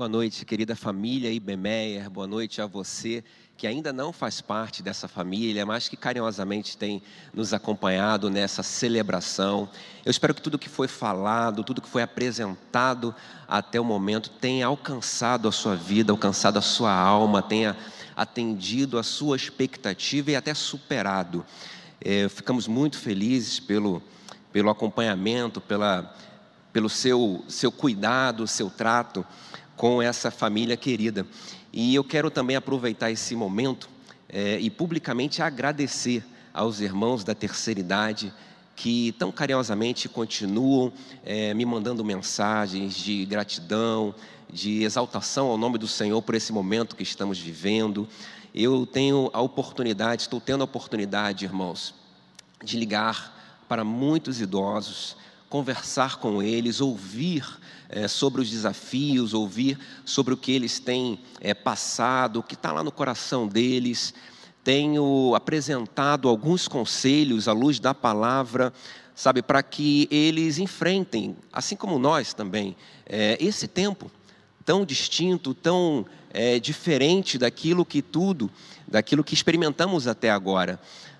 Boa noite, querida família Ibemeyer. Boa noite a você que ainda não faz parte dessa família, mas que carinhosamente tem nos acompanhado nessa celebração. Eu espero que tudo que foi falado, tudo que foi apresentado até o momento tenha alcançado a sua vida, alcançado a sua alma, tenha atendido a sua expectativa e até superado. Ficamos muito felizes pelo acompanhamento, pelo seu cuidado, seu trato com essa família querida. E eu quero também aproveitar esse momento e publicamente agradecer aos irmãos da terceira idade que tão carinhosamente continuam me mandando mensagens de gratidão, de exaltação ao nome do Senhor por esse momento que estamos vivendo. Eu tenho a oportunidade, estou tendo a oportunidade, irmãos, de ligar para muitos idosos, conversar com eles, ouvir sobre os desafios, ouvir sobre o que eles têm passado, o que está lá no coração deles. Tenho apresentado alguns conselhos à luz da palavra, sabe, para que eles enfrentem, assim como nós também, esse tempo tão distinto, tão diferente daquilo que experimentamos até agora.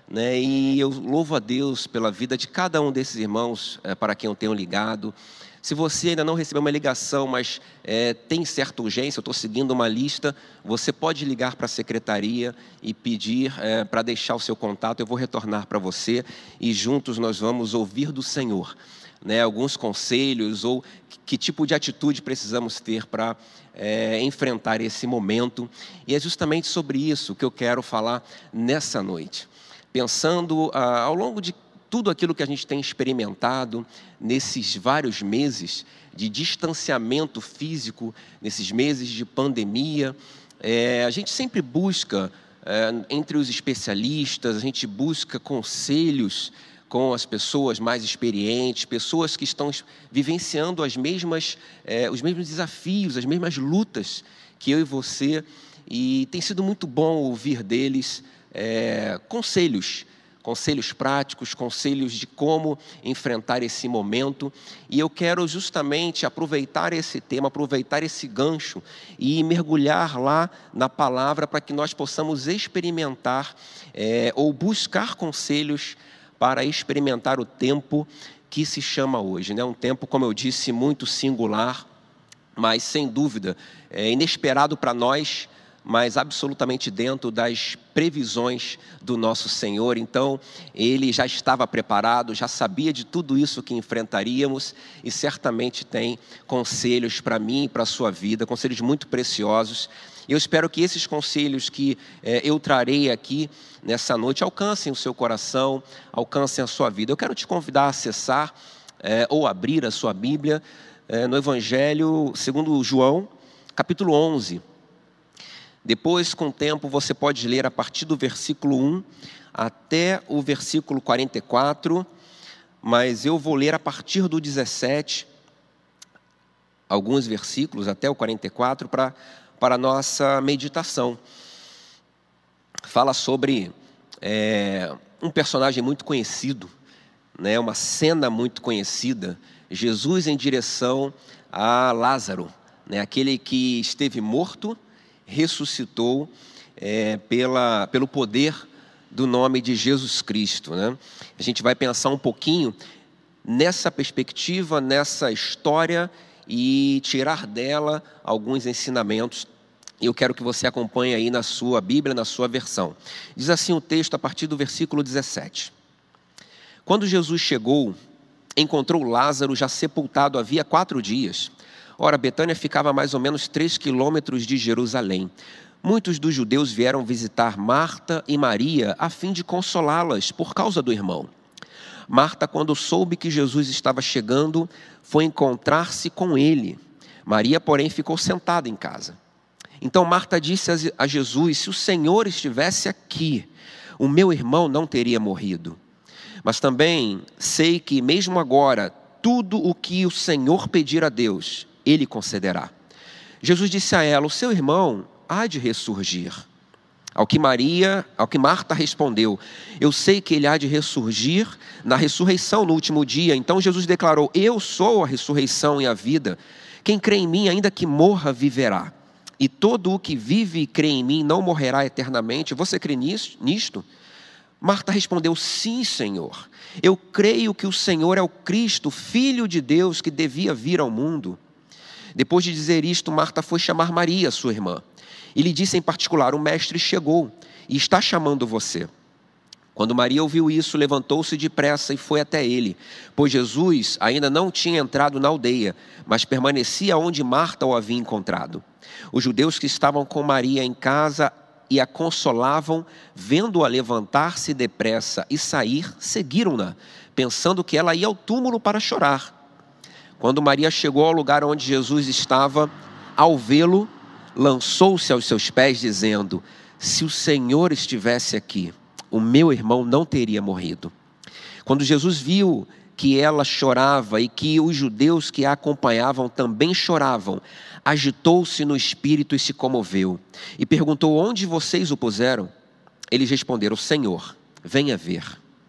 E eu louvo a Deus pela vida de cada um desses irmãos para quem eu tenho ligado. Se você ainda não recebeu uma ligação, mas tem certa urgência, eu estou seguindo uma lista, você pode ligar para a secretaria e pedir para deixar o seu contato, eu vou retornar para você e juntos nós vamos ouvir do Senhor alguns conselhos ou que tipo de atitude precisamos ter para enfrentar esse momento. E é justamente sobre isso que eu quero falar nessa noite. Pensando ao longo de tudo aquilo que a gente tem experimentado nesses vários meses de distanciamento físico, nesses meses de pandemia, a gente sempre busca, entre os especialistas, a gente busca conselhos com as pessoas mais experientes, pessoas que estão vivenciando os mesmos desafios, as mesmas lutas que eu e você, e tem sido muito bom ouvir deles conselhos práticos, conselhos de como enfrentar esse momento. E eu quero justamente aproveitar esse tema, aproveitar esse gancho e mergulhar lá na palavra para que nós possamos experimentar ou buscar conselhos para experimentar o tempo que se chama hoje. Um tempo, como eu disse, muito singular, mas sem dúvida inesperado para nós, mas absolutamente dentro das previsões do nosso Senhor. Então, Ele já estava preparado, já sabia de tudo isso que enfrentaríamos e certamente tem conselhos para mim e para a sua vida, conselhos muito preciosos. Eu espero que esses conselhos que eu trarei aqui nessa noite alcancem o seu coração, alcancem a sua vida. Eu quero te convidar a acessar ou abrir a sua Bíblia no Evangelho segundo João, capítulo 11. Depois, com o tempo, você pode ler a partir do versículo 1 até o versículo 44, mas eu vou ler a partir do 17, alguns versículos até o 44, para a nossa meditação. Fala sobre um personagem muito conhecido, uma cena muito conhecida, Jesus em direção a Lázaro, aquele que esteve morto, ressuscitou pelo poder do nome de Jesus Cristo. A gente vai pensar um pouquinho nessa perspectiva, nessa história e tirar dela alguns ensinamentos. Eu quero que você acompanhe aí na sua Bíblia, na sua versão. Diz assim o texto a partir do versículo 17. Quando Jesus chegou, encontrou Lázaro já sepultado havia 4 dias. Ora, Betânia ficava a mais ou menos 3 quilômetros de Jerusalém. Muitos dos judeus vieram visitar Marta e Maria a fim de consolá-las por causa do irmão. Marta, quando soube que Jesus estava chegando, foi encontrar-se com ele. Maria, porém, ficou sentada em casa. Então Marta disse a Jesus: se o Senhor estivesse aqui, o meu irmão não teria morrido. Mas também sei que mesmo agora, tudo o que o Senhor pedir a Deus, Ele concederá. Jesus disse a ela: o seu irmão há de ressurgir. Ao que Marta respondeu: eu sei que ele há de ressurgir na ressurreição no último dia. Então Jesus declarou: eu sou a ressurreição e a vida. Quem crê em mim, ainda que morra, viverá. E todo o que vive e crê em mim não morrerá eternamente. Você crê nisto? Marta respondeu: sim, Senhor. Eu creio que o Senhor é o Cristo, Filho de Deus, que devia vir ao mundo. Depois de dizer isto, Marta foi chamar Maria, sua irmã, e lhe disse em particular: o mestre chegou e está chamando você. Quando Maria ouviu isso, levantou-se depressa e foi até ele, pois Jesus ainda não tinha entrado na aldeia, mas permanecia onde Marta o havia encontrado. Os judeus que estavam com Maria em casa e a consolavam, vendo-a levantar-se depressa e sair, seguiram-na, pensando que ela ia ao túmulo para chorar. Quando Maria chegou ao lugar onde Jesus estava, ao vê-lo, lançou-se aos seus pés, dizendo: se o Senhor estivesse aqui, o meu irmão não teria morrido. Quando Jesus viu que ela chorava e que os judeus que a acompanhavam também choravam, agitou-se no espírito e se comoveu. E perguntou: onde vocês o puseram? Eles responderam: Senhor, venha ver.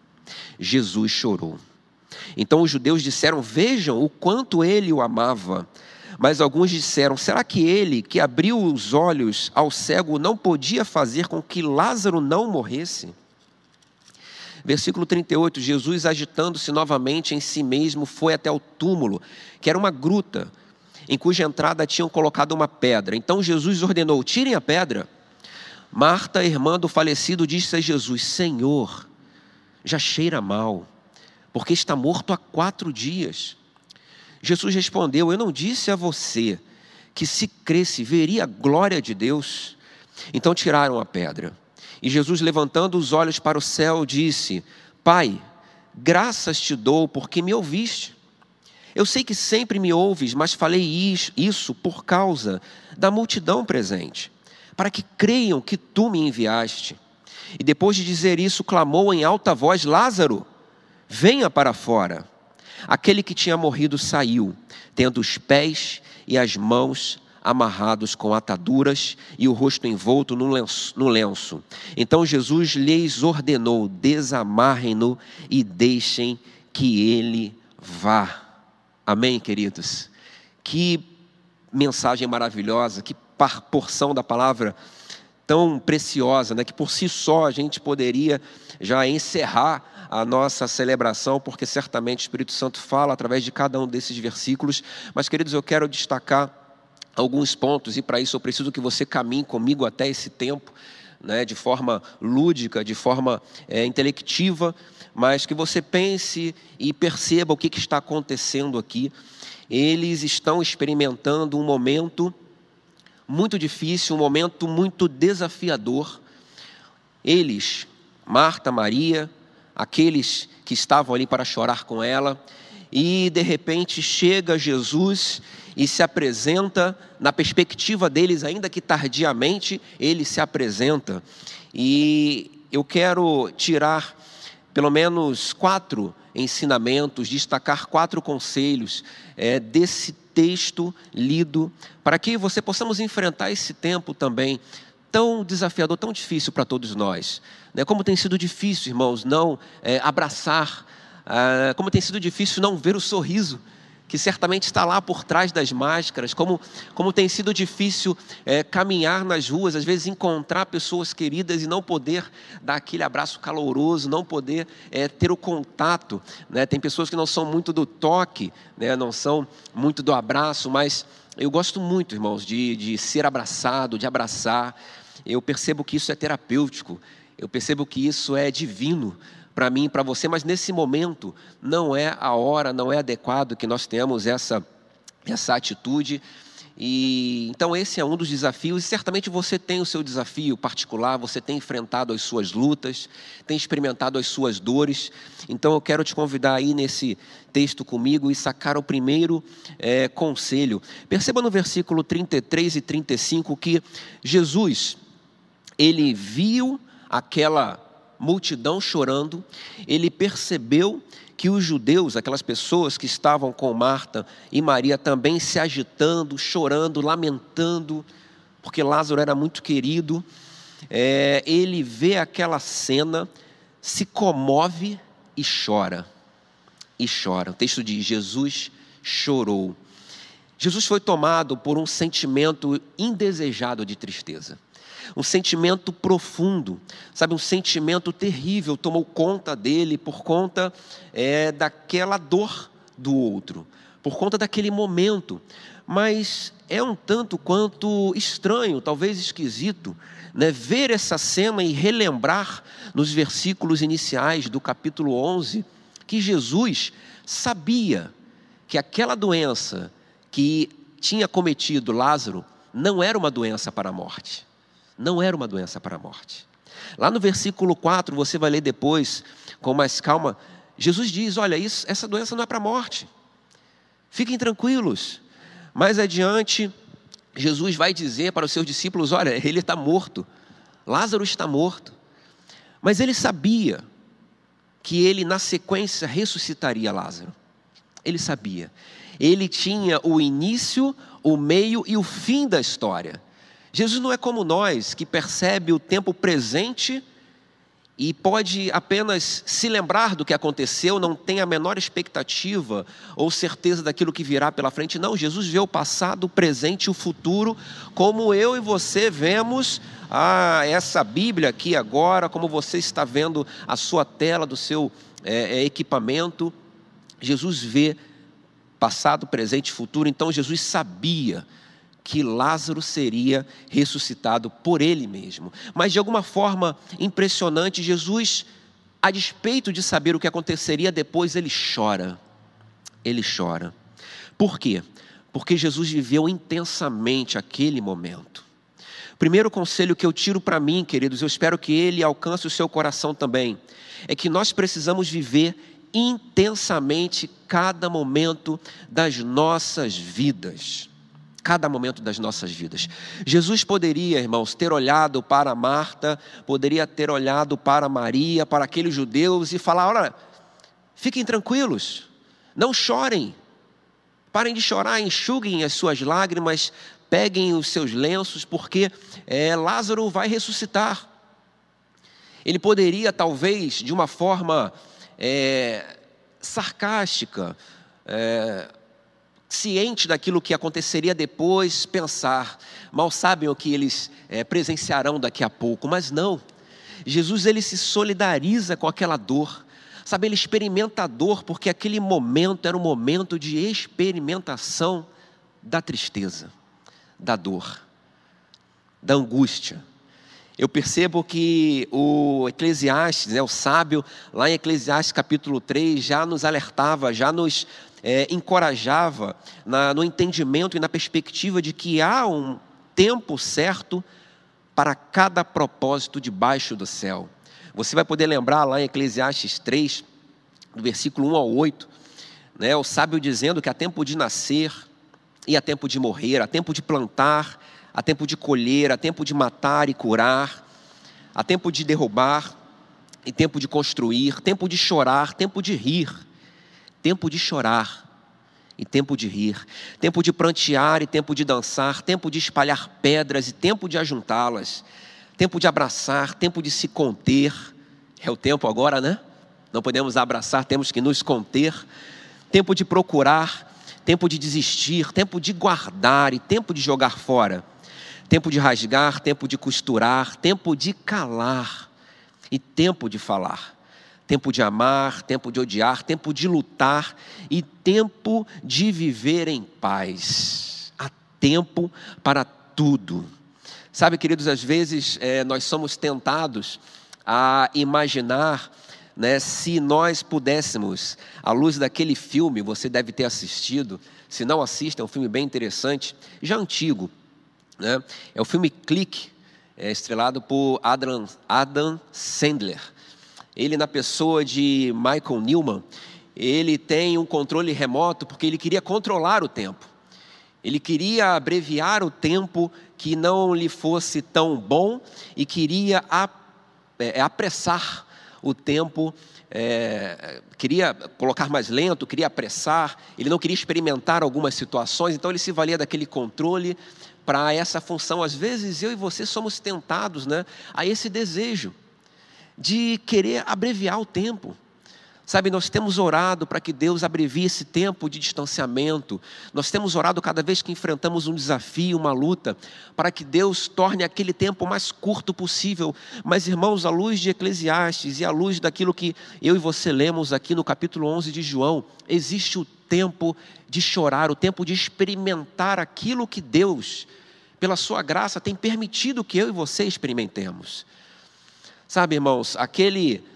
Jesus chorou. Então os judeus disseram: vejam o quanto ele o amava. Mas alguns disseram: será que ele, que abriu os olhos ao cego, não podia fazer com que Lázaro não morresse? Versículo 38, Jesus, agitando-se novamente em si mesmo, foi até o túmulo, que era uma gruta, em cuja entrada tinham colocado uma pedra. Então Jesus ordenou: tirem a pedra. Marta, irmã do falecido, disse a Jesus: Senhor, já cheira mal, porque está morto há 4 dias. Jesus respondeu: eu não disse a você que se cresce veria a glória de Deus? Então tiraram a pedra. E Jesus, levantando os olhos para o céu, disse: Pai, graças te dou porque me ouviste. Eu sei que sempre me ouves, mas falei isso por causa da multidão presente, para que creiam que tu me enviaste. E depois de dizer isso, clamou em alta voz: Lázaro, venha para fora. Aquele que tinha morrido saiu, tendo os pés e as mãos amarrados com ataduras e o rosto envolto no lenço. Então Jesus lhes ordenou: desamarrem-no e deixem que ele vá. Amém, queridos? Que mensagem maravilhosa, que porção da palavra tão preciosa, né? Que por si só a gente poderia já encerrar a nossa celebração, porque certamente o Espírito Santo fala através de cada um desses versículos. Mas, queridos, eu quero destacar alguns pontos, e para isso eu preciso que você caminhe comigo até esse tempo, né, de forma lúdica, de forma intelectiva, mas que você pense e perceba o que está acontecendo aqui. Eles estão experimentando um momento muito difícil, um momento muito desafiador. Eles, Marta, Maria, aqueles que estavam ali para chorar com ela, e de repente chega Jesus e se apresenta, na perspectiva deles, ainda que tardiamente, ele se apresenta. E eu quero tirar pelo menos 4 ensinamentos, destacar 4 conselhos desse texto lido, para que você possamos enfrentar esse tempo também tão desafiador, tão difícil para todos nós. Como tem sido difícil, irmãos, não abraçar, como tem sido difícil não ver o sorriso que certamente está lá por trás das máscaras, como tem sido difícil caminhar nas ruas, às vezes encontrar pessoas queridas e não poder dar aquele abraço caloroso, não poder ter o contato, né? Tem pessoas que não são muito do toque, né? Não são muito do abraço, mas eu gosto muito, irmãos, de ser abraçado, de abraçar. Eu percebo que isso é terapêutico, eu percebo que isso é divino para mim e para você, mas nesse momento não é a hora, não é adequado que nós tenhamos essa atitude. E então esse é um dos desafios, e certamente você tem o seu desafio particular, você tem enfrentado as suas lutas, tem experimentado as suas dores. Então eu quero te convidar aí nesse texto comigo e sacar o primeiro conselho. Perceba no versículo 33 e 35 que Jesus, ele viu aquela multidão chorando, ele percebeu que os judeus, aquelas pessoas que estavam com Marta e Maria também se agitando, chorando, lamentando, porque Lázaro era muito querido. Ele vê aquela cena, se comove e chora. E chora. O texto diz: Jesus chorou. Jesus foi tomado por um sentimento indesejado de tristeza. Um sentimento profundo, sabe, um sentimento terrível tomou conta dele por conta daquela dor do outro, por conta daquele momento. Mas é um tanto quanto estranho, talvez esquisito, né, ver essa cena e relembrar nos versículos iniciais do capítulo 11, que Jesus sabia que aquela doença que tinha cometido Lázaro não era uma doença para a morte. Não era uma doença para a morte. Lá no versículo 4, você vai ler depois, com mais calma, Jesus diz, olha, essa doença não é para a morte. Fiquem tranquilos. Mais adiante, Jesus vai dizer para os seus discípulos, olha, ele está morto. Lázaro está morto. Mas ele sabia que ele, na sequência, ressuscitaria Lázaro. Ele sabia. Ele tinha o início, o meio e o fim da história. Jesus não é como nós, que percebe o tempo presente e pode apenas se lembrar do que aconteceu, não tem a menor expectativa ou certeza daquilo que virá pela frente. Não, Jesus vê o passado, o presente e o futuro, como eu e você vemos essa Bíblia aqui agora, como você está vendo a sua tela do seu equipamento. Jesus vê passado, presente e futuro. Então Jesus sabia que Lázaro seria ressuscitado por ele mesmo. Mas de alguma forma impressionante, Jesus, a despeito de saber o que aconteceria depois, ele chora. Ele chora. Por quê? Porque Jesus viveu intensamente aquele momento. Primeiro conselho que eu tiro para mim, queridos, eu espero que ele alcance o seu coração também, é que nós precisamos viver intensamente cada momento das nossas vidas. Cada momento das nossas vidas. Jesus poderia, irmãos, ter olhado para Marta, poderia ter olhado para Maria, para aqueles judeus e falar, olha, fiquem tranquilos, não chorem, parem de chorar, enxuguem as suas lágrimas, peguem os seus lenços, porque Lázaro vai ressuscitar. Ele poderia, talvez, de uma forma sarcástica, ciente daquilo que aconteceria depois, pensar, mal sabem o que eles presenciarão daqui a pouco, mas não. Jesus, ele se solidariza com aquela dor, sabe, ele experimenta a dor, porque aquele momento era um momento de experimentação da tristeza, da dor, da angústia. Eu percebo que o Eclesiastes, o sábio, lá em Eclesiastes capítulo 3, já nos alertava, já nos encorajava no entendimento e na perspectiva de que há um tempo certo para cada propósito debaixo do céu. Você vai poder lembrar lá em Eclesiastes 3, do versículo 1 ao 8, o sábio dizendo que há tempo de nascer e há tempo de morrer, há tempo de plantar, há tempo de colher, há tempo de matar e curar, há tempo de derrubar e tempo de construir, tempo de chorar, tempo de rir, tempo de chorar e tempo de rir, tempo de prantear e tempo de dançar, tempo de espalhar pedras e tempo de ajuntá-las, tempo de abraçar, tempo de se conter. É o tempo agora, né? Não podemos abraçar, temos que nos conter. Tempo de procurar, tempo de desistir, tempo de guardar e tempo de jogar fora. Tempo de rasgar, tempo de costurar, tempo de calar e tempo de falar. Tempo de amar, tempo de odiar, tempo de lutar e tempo de viver em paz. Há tempo para tudo. Sabe, queridos, às vezes nós somos tentados a imaginar, se nós pudéssemos, à luz daquele filme, você deve ter assistido, se não assista, é um filme bem interessante, já antigo, é o filme Clique, estrelado por Adam Sandler. Ele, na pessoa de Michael Newman, ele tem um controle remoto porque ele queria controlar o tempo. Ele queria abreviar o tempo que não lhe fosse tão bom e queria apressar o tempo, queria colocar mais lento, queria apressar, ele não queria experimentar algumas situações, então ele se valia daquele controle para essa função. Às vezes eu e você somos tentados a esse desejo de querer abreviar o tempo, Sabe, nós temos orado para que Deus abrevie esse tempo de distanciamento. Nós temos orado cada vez que enfrentamos um desafio, uma luta, para que Deus torne aquele tempo o mais curto possível. Mas, irmãos, à luz de Eclesiastes e à luz daquilo que eu e você lemos aqui no capítulo 11 de João, existe o tempo de chorar, o tempo de experimentar aquilo que Deus, pela sua graça, tem permitido que eu e você experimentemos. Sabe, irmãos, aquele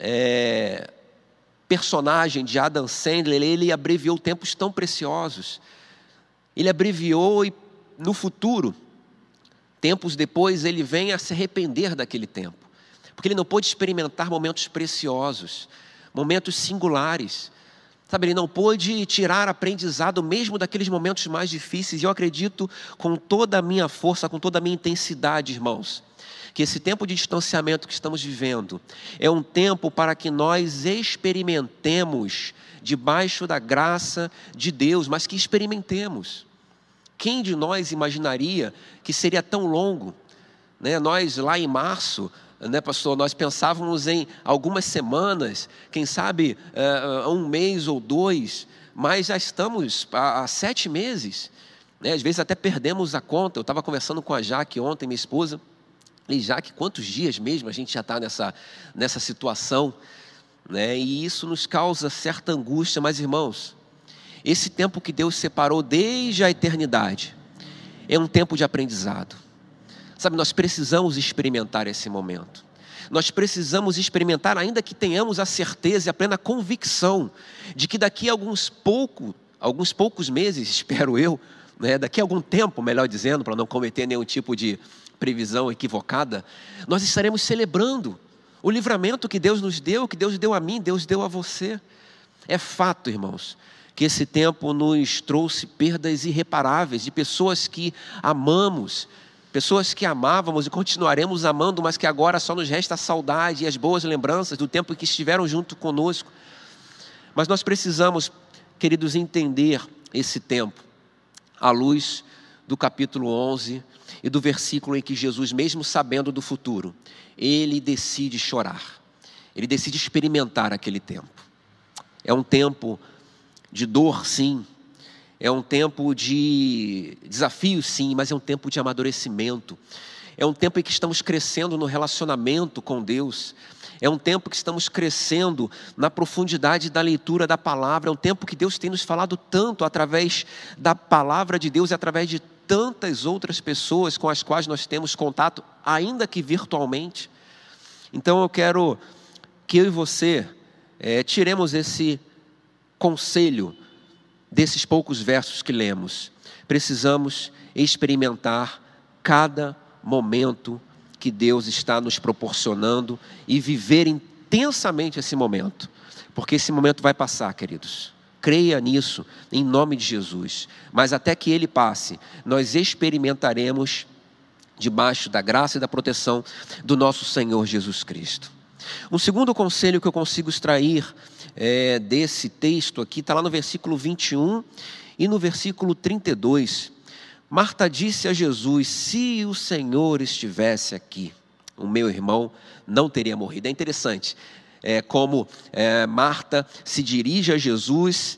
personagem de Adam Sandler, ele abreviou tempos tão preciosos. Ele abreviou e no futuro, tempos depois, ele vem a se arrepender daquele tempo. Porque ele não pôde experimentar momentos preciosos, momentos singulares. Sabe, ele não pôde tirar aprendizado mesmo daqueles momentos mais difíceis. E eu acredito com toda a minha força, com toda a minha intensidade, irmãos, que esse tempo de distanciamento que estamos vivendo é um tempo para que nós experimentemos debaixo da graça de Deus, mas que experimentemos. Quem de nós imaginaria que seria tão longo? Nós lá em março, pastor, nós pensávamos em algumas semanas, quem sabe um mês ou 2, mas já estamos há 7 meses. Às vezes até perdemos a conta. Eu estava conversando com a Jaque ontem, minha esposa. E Jaque, quantos dias mesmo a gente já está nessa situação, E isso nos causa certa angústia. Mas, irmãos, esse tempo que Deus separou desde a eternidade é um tempo de aprendizado. Sabe, nós precisamos experimentar esse momento. Nós precisamos experimentar, ainda que tenhamos a certeza e a plena convicção de que daqui a alguns poucos meses, espero eu, daqui a algum tempo, melhor dizendo, para não cometer nenhum tipo de previsão equivocada, nós estaremos celebrando o livramento que Deus nos deu, que Deus deu a mim, Deus deu a você. É fato, irmãos, que esse tempo nos trouxe perdas irreparáveis de pessoas que amamos, pessoas que amávamos e continuaremos amando, mas que agora só nos resta a saudade e as boas lembranças do tempo em que estiveram junto conosco. Mas nós precisamos, queridos, entender esse tempo à luz do capítulo 11 e do versículo em que Jesus, mesmo sabendo do futuro, ele decide chorar, ele decide experimentar aquele tempo. É um tempo de dor, sim, é um tempo de desafio, sim, mas é um tempo de amadurecimento. É um tempo em que estamos crescendo no relacionamento com Deus. É um tempo que estamos crescendo na profundidade da leitura da palavra. É um tempo que Deus tem nos falado tanto através da palavra de Deus e através de tantas outras pessoas com as quais nós temos contato, ainda que virtualmente. Então eu quero que eu e você tiremos esse conselho desses poucos versos que lemos. Precisamos experimentar cada momento que Deus está nos proporcionando e viver intensamente esse momento, porque esse momento vai passar, queridos. Creia nisso, em nome de Jesus. Mas até que ele passe, nós experimentaremos debaixo da graça e da proteção do nosso Senhor Jesus Cristo. Um segundo conselho que eu consigo extrair desse texto aqui, está lá no versículo 21 e no versículo 32. Marta disse a Jesus: se o Senhor estivesse aqui, o meu irmão não teria morrido. É interessante como Marta se dirige a Jesus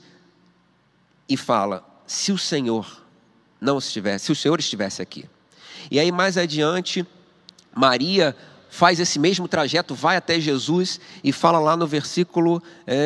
e fala: se o Senhor estivesse aqui. E aí mais adiante, Maria faz esse mesmo trajeto, vai até Jesus e fala lá no versículo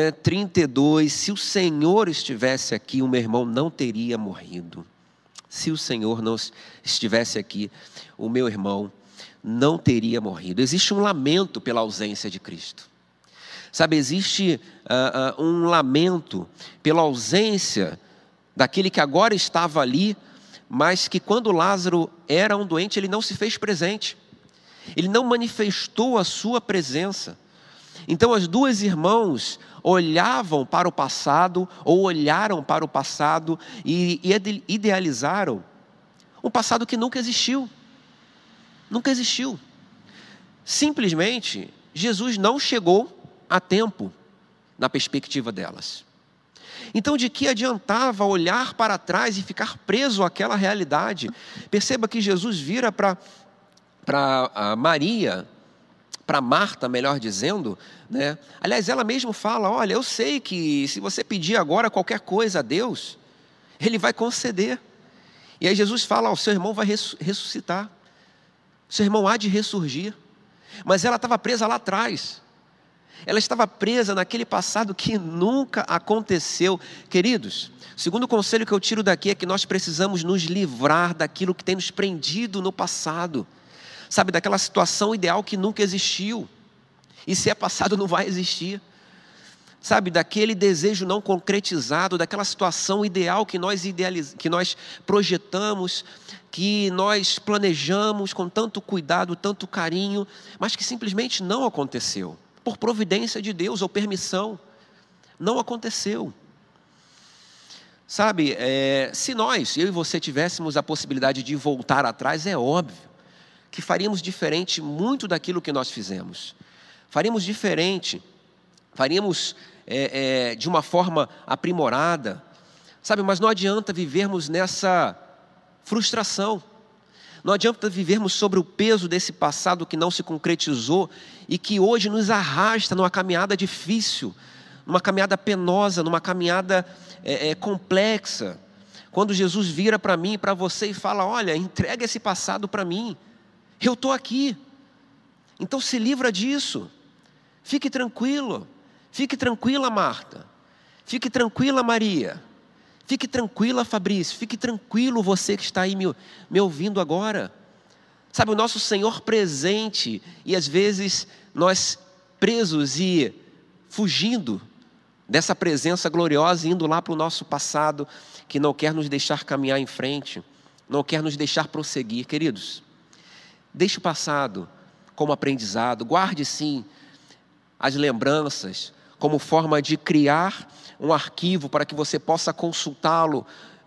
32, se o Senhor estivesse aqui, o meu irmão não teria morrido. Se o Senhor não estivesse aqui, o meu irmão não teria morrido. Existe um lamento pela ausência de Cristo. Sabe, existe um lamento pela ausência daquele que agora estava ali, mas que quando Lázaro era um doente, ele não se fez presente. Ele não manifestou a sua presença. Então as duas irmãs olhavam para o passado, ou olharam para o passado e idealizaram um passado que nunca existiu. Nunca existiu. Simplesmente, Jesus não chegou a tempo na perspectiva delas. Então, de que adiantava olhar para trás e ficar preso àquela realidade? Perceba que Jesus vira para para Marta, melhor dizendo, né? Aliás, ela mesma fala, olha, eu sei que se você pedir agora qualquer coisa a Deus, Ele vai conceder. E aí Jesus fala, o seu irmão vai ressuscitar, seu irmão há de ressurgir. Mas ela estava presa lá atrás, ela estava presa naquele passado que nunca aconteceu. Queridos, o segundo conselho que eu tiro daqui é que nós precisamos nos livrar daquilo que tem nos prendido no passado. Sabe, daquela situação ideal que nunca existiu. E se é passado, não vai existir. Sabe, daquele desejo não concretizado, daquela situação ideal que nós projetamos, que nós planejamos com tanto cuidado, tanto carinho, mas que simplesmente não aconteceu. Por providência de Deus ou permissão. Não aconteceu. Sabe, se nós, eu e você, tivéssemos a possibilidade de voltar atrás, é óbvio que faríamos diferente muito daquilo que nós fizemos. Faríamos diferente, faríamos de uma forma aprimorada, sabe? Mas não adianta vivermos nessa frustração, não adianta vivermos sobre o peso desse passado que não se concretizou e que hoje nos arrasta numa caminhada difícil, numa caminhada penosa, numa caminhada complexa. Quando Jesus vira para mim e para você e fala, olha, entrega esse passado para mim, eu estou aqui, então se livra disso, fique tranquilo, fique tranquila Marta, fique tranquila Maria, fique tranquila Fabrício, fique tranquilo você que está aí me ouvindo agora. Sabe, o nosso Senhor presente, e às vezes nós presos e fugindo dessa presença gloriosa, indo lá para o nosso passado, que não quer nos deixar caminhar em frente, não quer nos deixar prosseguir. Queridos, deixe o passado como aprendizado, guarde sim as lembranças como forma de criar um arquivo para que você possa consultá-lo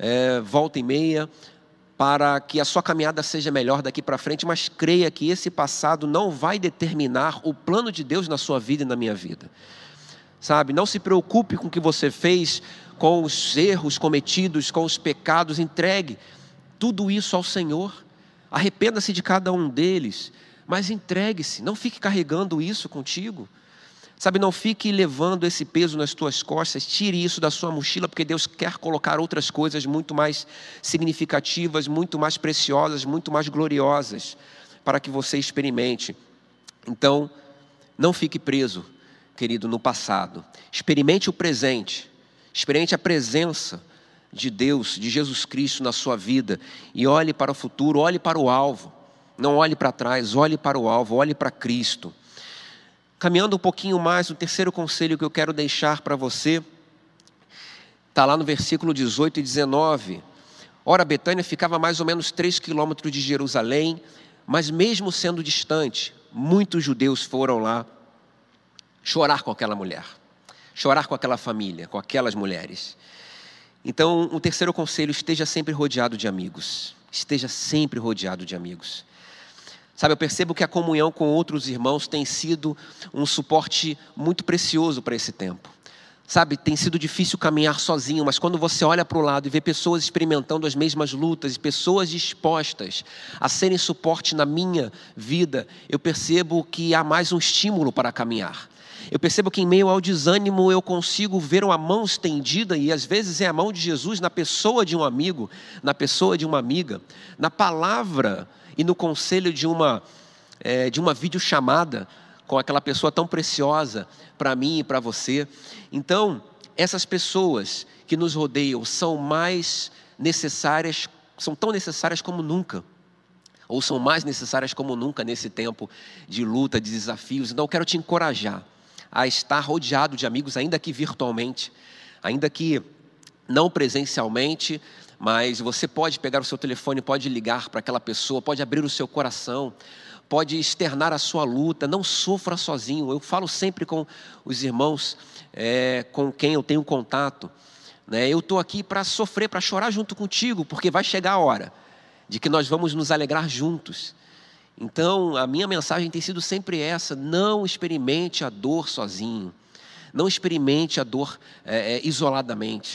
volta e meia, para que a sua caminhada seja melhor daqui para frente, mas creia que esse passado não vai determinar o plano de Deus na sua vida e na minha vida. Sabe, não se preocupe com o que você fez, com os erros cometidos, com os pecados, entregue tudo isso ao Senhor. Arrependa-se de cada um deles, mas entregue-se, não fique carregando isso contigo. Sabe, não fique levando esse peso nas tuas costas, tire isso da sua mochila, porque Deus quer colocar outras coisas muito mais significativas, muito mais preciosas, muito mais gloriosas, para que você experimente. Então, não fique preso, querido, no passado. Experimente o presente, experimente a presença de Deus, de Jesus Cristo na sua vida, e olhe para o futuro, olhe para o alvo, não olhe para trás, olhe para o alvo, olhe para Cristo. Caminhando um pouquinho mais, o terceiro conselho que eu quero deixar para você, está lá no versículo 18 e 19. Ora, Betânia ficava a mais ou menos 3 quilômetros de Jerusalém, mas mesmo sendo distante, muitos judeus foram lá chorar com aquela mulher, chorar com aquela família, com aquelas mulheres. Então, o terceiro conselho, esteja sempre rodeado de amigos. Esteja sempre rodeado de amigos. Sabe, eu percebo que a comunhão com outros irmãos tem sido um suporte muito precioso para esse tempo. Sabe, tem sido difícil caminhar sozinho, mas quando você olha para o lado e vê pessoas experimentando as mesmas lutas, e pessoas dispostas a serem suporte na minha vida, eu percebo que há mais um estímulo para caminhar. Eu percebo que em meio ao desânimo eu consigo ver uma mão estendida, e às vezes é a mão de Jesus na pessoa de um amigo, na pessoa de uma amiga, na palavra e no conselho de uma videochamada com aquela pessoa tão preciosa para mim e para você. Então, essas pessoas que nos rodeiam são mais necessárias, são tão necessárias como nunca, ou são mais necessárias como nunca nesse tempo de luta, de desafios. Então eu quero te encorajar a estar rodeado de amigos, ainda que virtualmente, ainda que não presencialmente, mas você pode pegar o seu telefone, pode ligar para aquela pessoa, pode abrir o seu coração, pode externar a sua luta, não sofra sozinho. Eu falo sempre com os irmãos com quem eu tenho contato, né? Eu estou aqui para sofrer, para chorar junto contigo, porque vai chegar a hora de que nós vamos nos alegrar juntos. Então, a minha mensagem tem sido sempre essa: não experimente a dor sozinho, não experimente a dor isoladamente.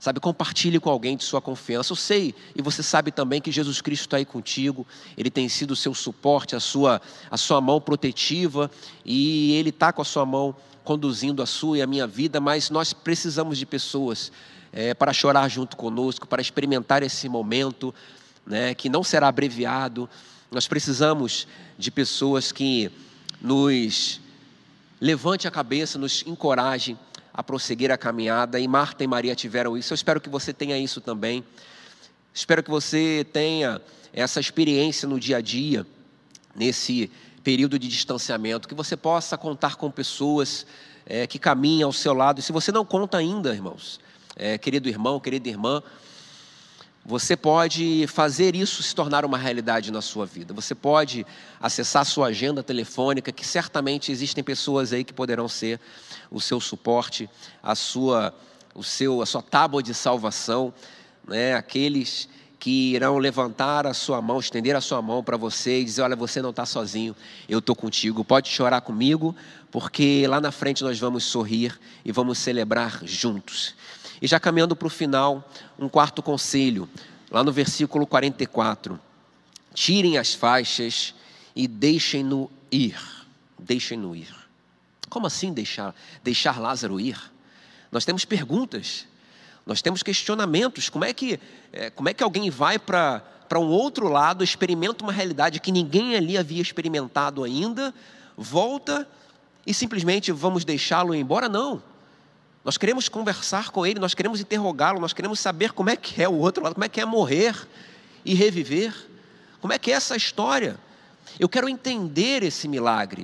Sabe, compartilhe com alguém de sua confiança. Eu sei, e você sabe também que Jesus Cristo está aí contigo. Ele tem sido o seu suporte, a sua mão protetiva. E Ele está com a sua mão conduzindo a sua e a minha vida. Mas nós precisamos de pessoas para chorar junto conosco, para experimentar esse momento, né, que não será abreviado. Nós precisamos de pessoas que nos levante a cabeça, nos encorajem a prosseguir a caminhada, e Marta e Maria tiveram isso. Eu espero que você tenha isso também. Espero que você tenha essa experiência no dia a dia, nesse período de distanciamento, que você possa contar com pessoas que caminham ao seu lado. E se você não conta ainda, irmãos, querido irmão, querida irmã, você pode fazer isso se tornar uma realidade na sua vida. Você pode acessar a sua agenda telefônica, que certamente existem pessoas aí que poderão ser o seu suporte, a sua tábua de salvação, né? Aqueles que irão levantar a sua mão, estender a sua mão para você e dizer: olha, você não está sozinho, eu estou contigo, pode chorar comigo, porque lá na frente nós vamos sorrir e vamos celebrar juntos. E já caminhando para o final, um quarto conselho, lá no versículo 44. Tirem as faixas e deixem-no ir. Deixem-no ir. Como assim deixar Lázaro ir? Nós temos perguntas, nós temos questionamentos. Como é que alguém vai para um outro lado, experimenta uma realidade que ninguém ali havia experimentado ainda, volta e simplesmente vamos deixá-lo ir embora? Não. Nós queremos conversar com ele, nós queremos interrogá-lo, nós queremos saber como é que é o outro lado, como é que é morrer e reviver, como é que é essa história. Eu quero entender esse milagre.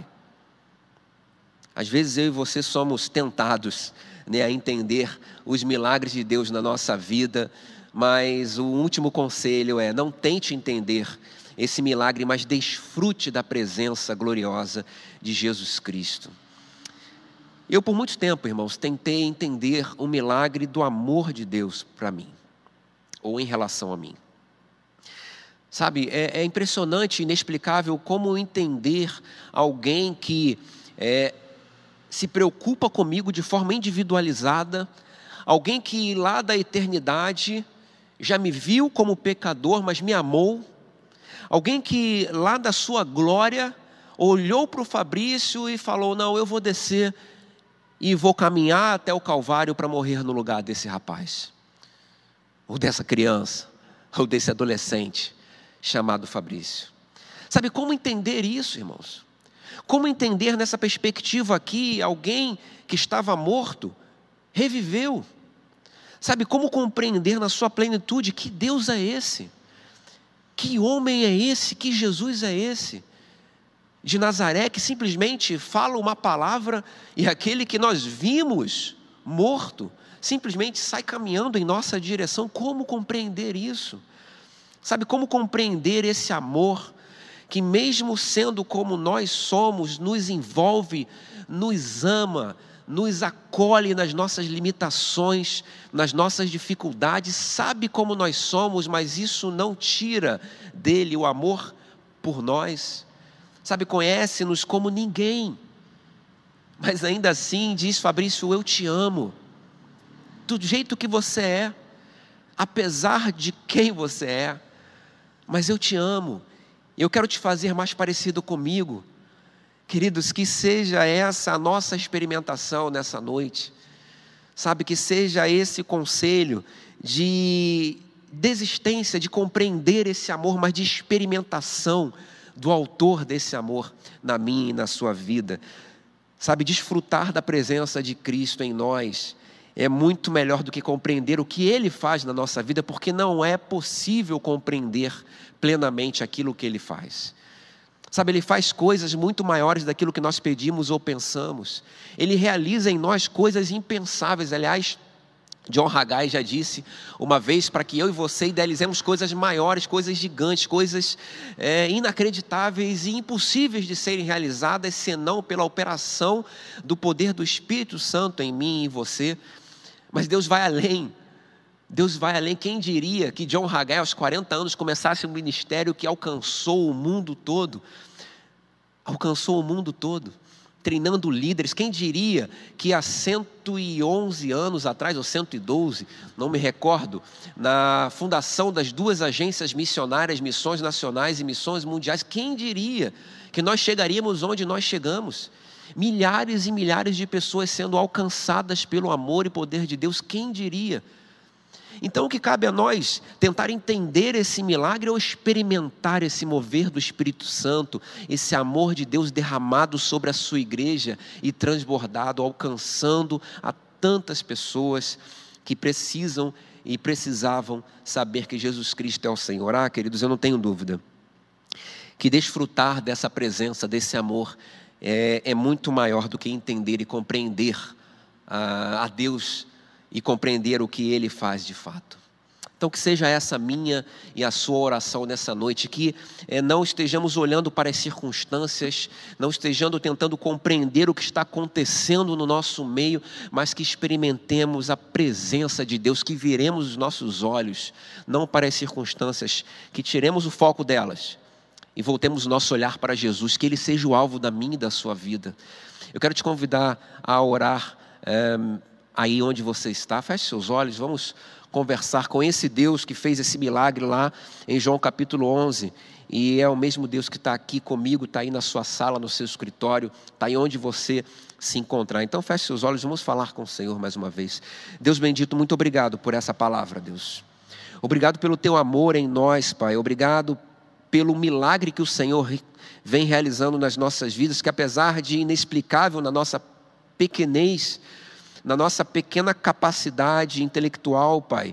Às vezes eu e você somos tentados, né, a entender os milagres de Deus na nossa vida, mas o último conselho é: não tente entender esse milagre, mas desfrute da presença gloriosa de Jesus Cristo. Eu, por muito tempo, irmãos, tentei entender o milagre do amor de Deus para mim, ou em relação a mim. Sabe, é impressionante, inexplicável como entender alguém que se preocupa comigo de forma individualizada, alguém que lá da eternidade já me viu como pecador, mas me amou, alguém que lá da sua glória olhou para o Fabrício e falou: não, eu vou descer e vou caminhar até o Calvário para morrer no lugar desse rapaz, ou dessa criança, ou desse adolescente chamado Fabrício. Sabe como entender isso, irmãos? Como entender nessa perspectiva aqui, alguém que estava morto, reviveu? Sabe como compreender na sua plenitude que Deus é esse? Que homem é esse? Que Jesus é esse? De Nazaré, que simplesmente fala uma palavra e aquele que nós vimos morto simplesmente sai caminhando em nossa direção. Como compreender isso? Sabe, como compreender esse amor que, mesmo sendo como nós somos, nos envolve, nos ama, nos acolhe nas nossas limitações, nas nossas dificuldades, sabe como nós somos, mas isso não tira dele o amor por nós. Sabe, conhece-nos como ninguém, mas ainda assim diz: Fabrício, eu te amo, do jeito que você é, apesar de quem você é, mas eu te amo, eu quero te fazer mais parecido comigo. Queridos, que seja essa a nossa experimentação nessa noite, sabe, que seja esse conselho de desistência, de compreender esse amor, mas de experimentação do autor desse amor na minha e na sua vida. Sabe, desfrutar da presença de Cristo em nós é muito melhor do que compreender o que Ele faz na nossa vida, porque não é possível compreender plenamente aquilo que Ele faz. Sabe, Ele faz coisas muito maiores daquilo que nós pedimos ou pensamos. Ele realiza em nós coisas impensáveis. Aliás, John Haggai já disse uma vez para que eu e você idealizemos coisas maiores, coisas gigantes, coisas inacreditáveis e impossíveis de serem realizadas, senão pela operação do poder do Espírito Santo em mim e em você. Mas Deus vai além. Deus vai além. Quem diria que John Haggai, aos 40 anos, começasse um ministério que alcançou o mundo todo? Alcançou o mundo todo. treinando líderes. Quem diria que há 111 anos atrás, ou 112, não me recordo, na fundação das 2 agências missionárias, Missões Nacionais e Missões Mundiais, quem diria que nós chegaríamos onde nós chegamos? Milhares e milhares de pessoas sendo alcançadas pelo amor e poder de Deus, quem diria? Então o que cabe a nós? Tentar entender esse milagre ou experimentar esse mover do Espírito Santo, esse amor de Deus derramado sobre a sua igreja e transbordado, alcançando a tantas pessoas que precisam e precisavam saber que Jesus Cristo é o Senhor. Queridos, eu não tenho dúvida que desfrutar dessa presença, desse amor, é muito maior do que entender e compreender a Deus e compreender o que Ele faz de fato. Então que seja essa minha e a sua oração nessa noite, que não estejamos olhando para as circunstâncias, não estejamos tentando compreender o que está acontecendo no nosso meio, mas que experimentemos a presença de Deus, que viremos os nossos olhos, não para as circunstâncias, que tiremos o foco delas e voltemos o nosso olhar para Jesus, que Ele seja o alvo da minha e da sua vida. Eu quero te convidar a orar aí onde você está. Feche seus olhos, vamos conversar com esse Deus que fez esse milagre lá em João capítulo 11, e é o mesmo Deus que está aqui comigo, está aí na sua sala, no seu escritório, está aí onde você se encontrar. Então feche seus olhos, vamos falar com o Senhor mais uma vez. Deus bendito, muito obrigado por essa palavra, Deus. Obrigado pelo teu amor em nós, Pai. Obrigado pelo milagre que o Senhor vem realizando nas nossas vidas, que apesar de inexplicável na nossa pequenez, na nossa pequena capacidade intelectual, Pai,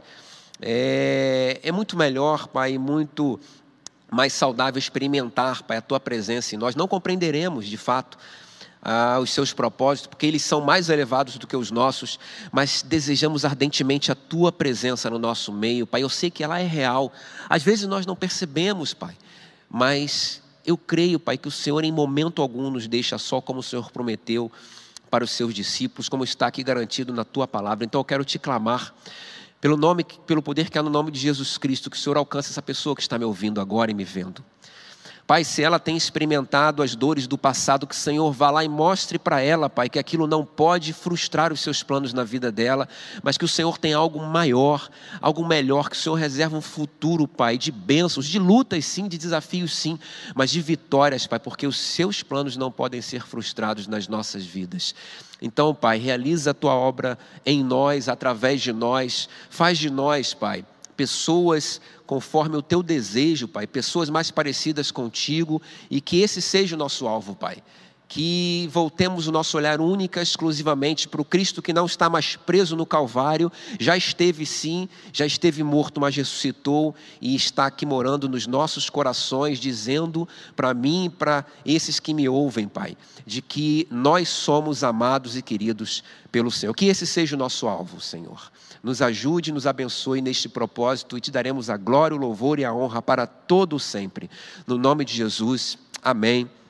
é muito melhor, Pai, muito mais saudável experimentar, Pai, a Tua presença em nós. Não compreenderemos, de fato, os Seus propósitos, porque eles são mais elevados do que os nossos, mas desejamos ardentemente a Tua presença no nosso meio, Pai. Eu sei que ela é real, às vezes nós não percebemos, Pai, mas eu creio, Pai, que o Senhor em momento algum nos deixa só, como o Senhor prometeu para os seus discípulos, como está aqui garantido na Tua palavra. Então eu quero te clamar, pelo poder que há no nome de Jesus Cristo, que o Senhor alcance essa pessoa que está me ouvindo agora e me vendo. Pai, se ela tem experimentado as dores do passado, que o Senhor vá lá e mostre para ela, Pai, que aquilo não pode frustrar os seus planos na vida dela, mas que o Senhor tem algo maior, algo melhor, que o Senhor reserva um futuro, Pai, de bênçãos, de lutas sim, de desafios sim, mas de vitórias, Pai, porque os seus planos não podem ser frustrados nas nossas vidas. Então, Pai, realiza a Tua obra em nós, através de nós, faz de nós, Pai, pessoas conforme o Teu desejo, Pai, pessoas mais parecidas contigo, e que esse seja o nosso alvo, Pai. Que voltemos o nosso olhar única, exclusivamente para o Cristo que não está mais preso no Calvário, já esteve sim, já esteve morto, mas ressuscitou e está aqui morando nos nossos corações, dizendo para mim e para esses que me ouvem, Pai, de que nós somos amados e queridos pelo Senhor. Que esse seja o nosso alvo, Senhor. Nos ajude, nos abençoe neste propósito e te daremos a glória, o louvor e a honra para todo sempre. No nome de Jesus, amém.